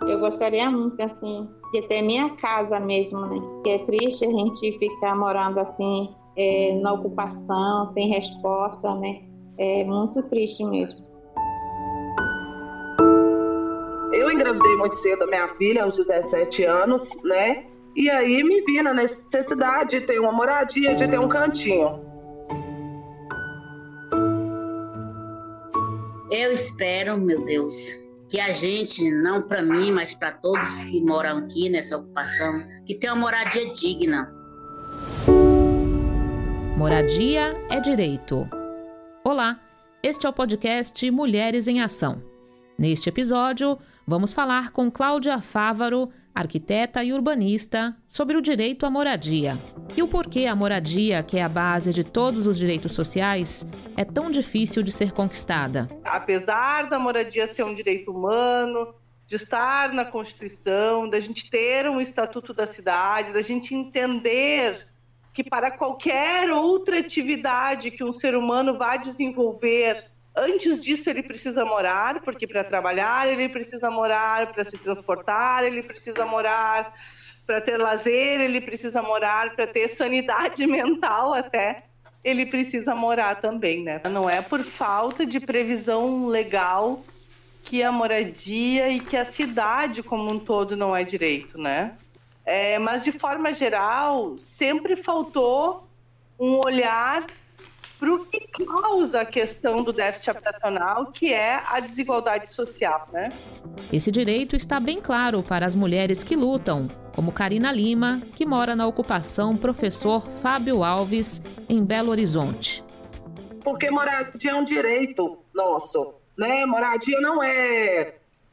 Eu gostaria muito, assim, de ter minha casa mesmo, né? Porque é triste a gente ficar morando assim, na ocupação, sem resposta, né? É muito triste mesmo. Eu engravidei muito cedo a minha filha, aos 17 anos, né? E aí me vi na necessidade de ter uma moradia, de ter um cantinho. Eu espero, meu Deus, que a gente, não para mim, mas para todos que moram aqui nessa ocupação, que tenha uma moradia digna. Moradia é direito. Olá, este é o podcast Mulheres em Ação. Neste episódio, vamos falar com Cláudia Fávaro, arquiteta e urbanista, sobre o direito à moradia e o porquê a moradia, que é a base de todos os direitos sociais, é tão difícil de ser conquistada. Apesar da moradia ser um direito humano, de estar na Constituição, da gente ter um estatuto da cidade, da gente entender que para qualquer outra atividade que um ser humano vá desenvolver, antes disso ele precisa morar, porque para trabalhar ele precisa morar, para se transportar ele precisa morar, para ter lazer ele precisa morar, para ter sanidade mental até, ele precisa morar também, né? Não é por falta de previsão legal que a moradia e que a cidade como um todo não é direito, né? Mas de forma geral, sempre faltou um olhar para o que causa a questão do déficit habitacional, que é a desigualdade social, né? Esse direito está bem claro para as mulheres que lutam, como Karina Lima, que mora na ocupação Professor Fábio Alves, em Belo Horizonte. Porque moradia é um direito nosso, né? Moradia não é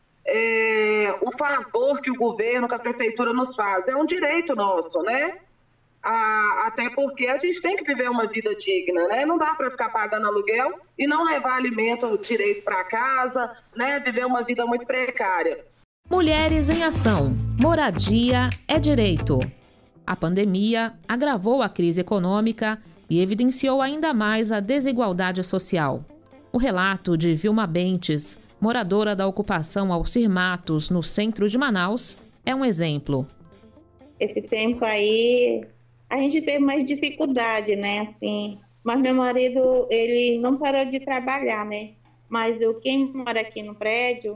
o favor que o governo, que a prefeitura nos faz, é um direito nosso, né? Até porque a gente tem que viver uma vida digna, né? Não dá para ficar pagando aluguel e não levar alimento direito para casa, né? Viver uma vida muito precária. Mulheres em Ação. Moradia é direito. A pandemia agravou a crise econômica e evidenciou ainda mais a desigualdade social. O relato de Vilma Bentes, moradora da ocupação Alcir Matos, no centro de Manaus, é um exemplo. Esse tempo aí, a gente teve mais dificuldade, né, assim. Mas meu marido, ele não parou de trabalhar, né? Mas quem mora aqui no prédio,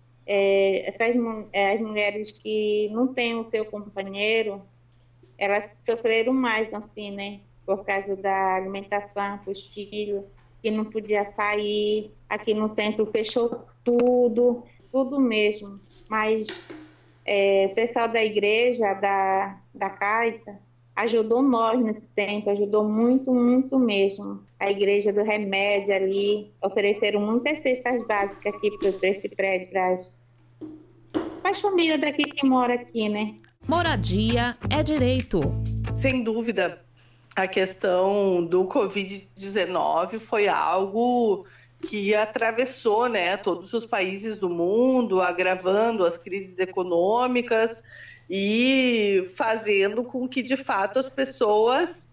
as mulheres que não têm o seu companheiro, elas sofreram mais, assim, né? Por causa da alimentação para os filhos, que não podia sair. Aqui no centro fechou tudo mesmo. Mas o pessoal da igreja, da Carita, ajudou nós nesse tempo, ajudou muito, muito mesmo. A igreja do remédio ali, ofereceram muitas cestas básicas aqui para esse prédio, para as famílias daqui que moram aqui, né? Moradia é direito. Sem dúvida, a questão do Covid-19 foi algo que atravessou, né, todos os países do mundo, agravando as crises econômicas e fazendo com que, de fato, as pessoas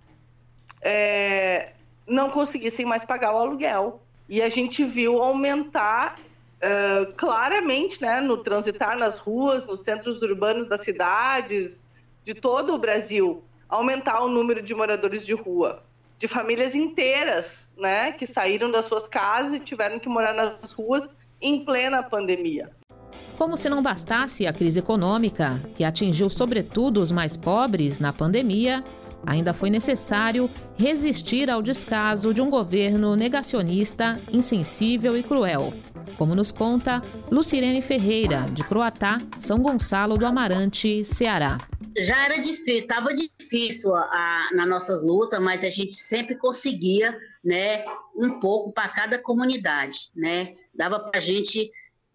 não conseguissem mais pagar o aluguel. E a gente viu aumentar claramente, né, no transitar nas ruas, nos centros urbanos das cidades, de todo o Brasil, aumentar o número de moradores de rua, de famílias inteiras, né, que saíram das suas casas e tiveram que morar nas ruas em plena pandemia. Como se não bastasse a crise econômica, que atingiu sobretudo os mais pobres na pandemia, ainda foi necessário resistir ao descaso de um governo negacionista, insensível e cruel, como nos conta Lucirene Ferreira, de Croatá, São Gonçalo do Amarante, Ceará. Já era difícil, estava difícil nas nossas lutas, mas a gente sempre conseguia, né, um pouco para cada comunidade, né? Dava para a gente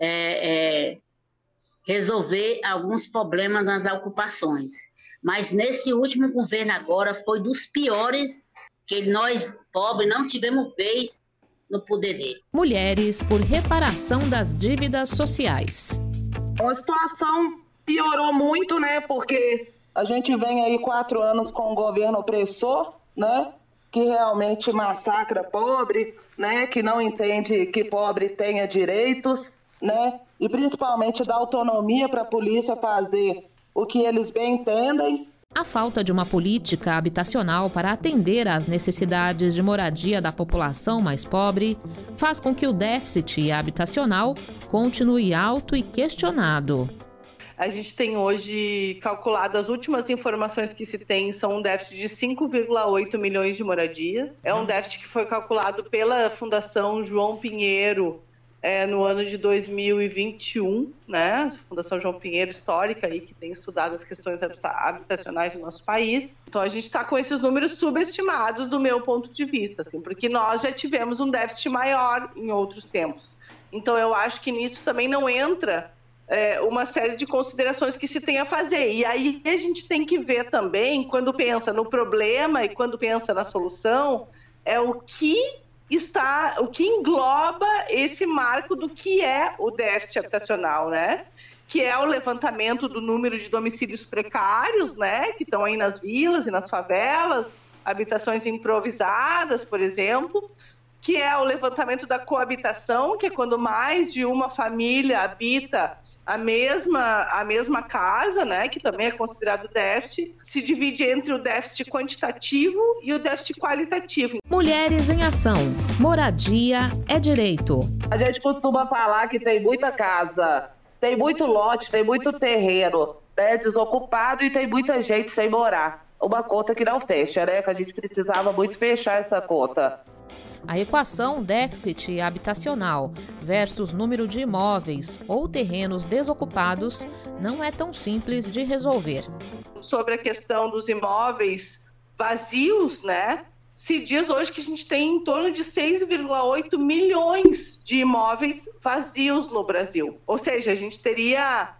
resolver alguns problemas nas ocupações. Mas nesse último governo agora foi dos piores, que nós, pobres, não tivemos vez no poder dele. Mulheres por reparação das dívidas sociais. A situação piorou muito, né? Porque a gente vem aí 4 anos com um governo opressor, né? Que realmente massacra pobre, né? Que não entende que pobre tenha direitos, né? E principalmente dar autonomia para a polícia fazer o que eles bem entendem. A falta de uma política habitacional para atender às necessidades de moradia da população mais pobre faz com que o déficit habitacional continue alto e questionado. A gente tem hoje calculado, as últimas informações que se tem são um déficit de 5,8 milhões de moradias. É um déficit que foi calculado pela Fundação João Pinheiro no ano de 2021, né? Fundação João Pinheiro, histórica, aí, que tem estudado as questões habitacionais do nosso país. Então, a gente está com esses números subestimados do meu ponto de vista, assim, porque nós já tivemos um déficit maior em outros tempos. Então, eu acho que nisso também não entra uma série de considerações que se tem a fazer. E aí a gente tem que ver também, quando pensa no problema e quando pensa na solução, o que engloba esse marco do que é o déficit habitacional, né? Que é o levantamento do número de domicílios precários, né? Que estão aí nas vilas e nas favelas, habitações improvisadas, por exemplo, que é o levantamento da coabitação, que é quando mais de uma família habita a mesma casa, né, que também é considerado déficit, se divide entre o déficit quantitativo e o déficit qualitativo. Mulheres em Ação. Moradia é direito. A gente costuma falar que tem muita casa, tem muito lote, tem muito terreno, né, desocupado e tem muita gente sem morar. Uma conta que não fecha, né, que a gente precisava muito fechar essa conta. A equação déficit habitacional versus número de imóveis ou terrenos desocupados não é tão simples de resolver. Sobre a questão dos imóveis vazios, né? Se diz hoje que a gente tem em torno de 6,8 milhões de imóveis vazios no Brasil. Ou seja, a gente teria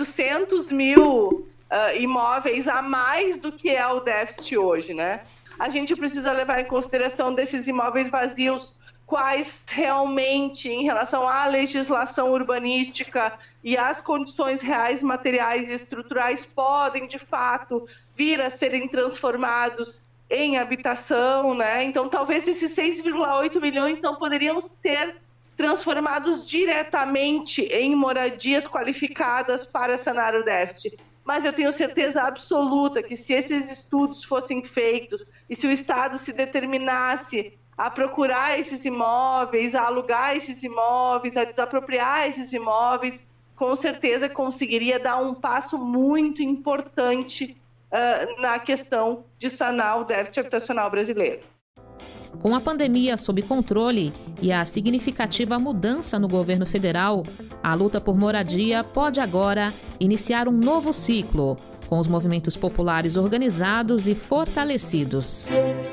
800 mil imóveis a mais do que é o déficit hoje, né? A gente precisa levar em consideração desses imóveis vazios, quais realmente, em relação à legislação urbanística e às condições reais, materiais e estruturais, podem, de fato, vir a serem transformados em habitação, né? Então, talvez esses 6,8 milhões não poderiam ser transformados diretamente em moradias qualificadas para sanar o déficit. Mas eu tenho certeza absoluta que se esses estudos fossem feitos e se o Estado se determinasse a procurar esses imóveis, a alugar esses imóveis, a desapropriar esses imóveis, com certeza conseguiria dar um passo muito importante na questão de sanar o déficit habitacional brasileiro. Com a pandemia sob controle e a significativa mudança no governo federal, a luta por moradia pode agora iniciar um novo ciclo, com os movimentos populares organizados e fortalecidos.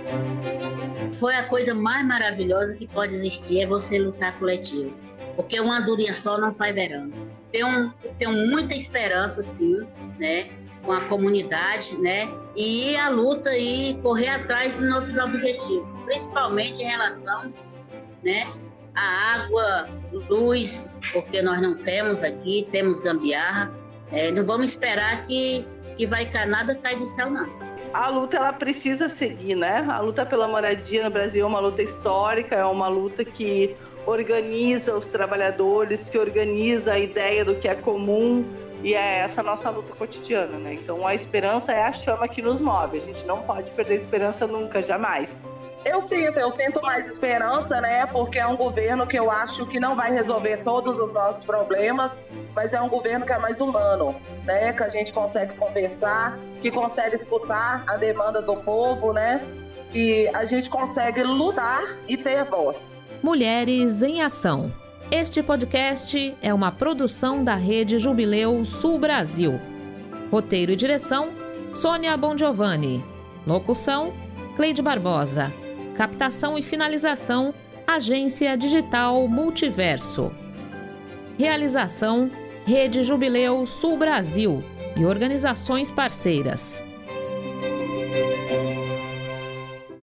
Foi a coisa mais maravilhosa que pode existir, é você lutar coletivo. Porque uma andorinha só não faz verão. Tenho muita esperança, sim, né, com a comunidade, né, e a luta e correr atrás dos nossos objetivos, principalmente em relação, né, à água, luz, porque nós não temos aqui, temos gambiarra. Não vamos esperar que vai cair, nada cai do céu, não. A luta, ela precisa seguir, né? A luta pela moradia no Brasil é uma luta histórica, é uma luta que organiza os trabalhadores, que organiza a ideia do que é comum, e é essa nossa luta cotidiana, né? Então, a esperança é a chama que nos move. A gente não pode perder a esperança nunca, jamais. Eu sinto mais esperança, né? Porque é um governo que eu acho que não vai resolver todos os nossos problemas, mas é um governo que é mais humano, né? Que a gente consegue conversar, que consegue escutar a demanda do povo, né? Que a gente consegue lutar e ter voz. Mulheres em Ação. Este podcast é uma produção da Rede Jubileu Sul Brasil. Roteiro e direção, Sônia Bongiovanni. Locução, Cleide Barbosa. Captação e finalização, Agência Digital Multiverso. Realização, Rede Jubileu Sul Brasil e organizações parceiras.